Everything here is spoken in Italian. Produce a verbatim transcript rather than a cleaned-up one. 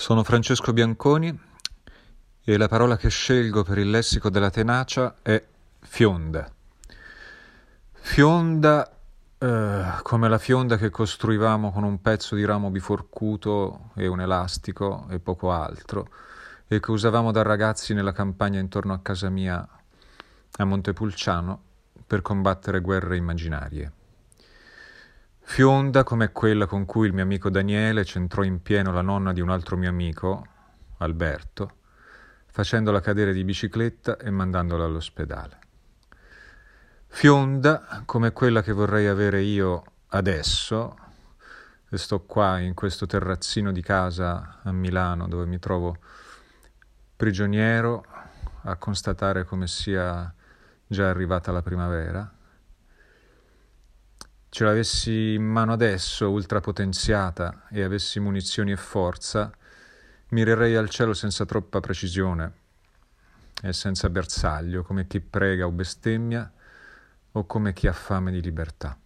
Sono Francesco Bianconi e la parola che scelgo per il lessico della tenacia è fionda. Fionda eh, come la fionda che costruivamo con un pezzo di ramo biforcuto e un elastico e poco altro, e che usavamo da ragazzi nella campagna intorno a casa mia a Montepulciano per combattere guerre immaginarie. Fionda come quella con cui il mio amico Daniele centrò in pieno la nonna di un altro mio amico, Alberto, facendola cadere di bicicletta e mandandola all'ospedale. Fionda come quella che vorrei avere io adesso, e sto qua in questo terrazzino di casa a Milano dove mi trovo prigioniero a constatare come sia già arrivata la primavera. Ce l'avessi in mano adesso, ultrapotenziata, e avessi munizioni e forza, mirerei al cielo senza troppa precisione e senza bersaglio, come chi prega o bestemmia o come chi ha fame di libertà.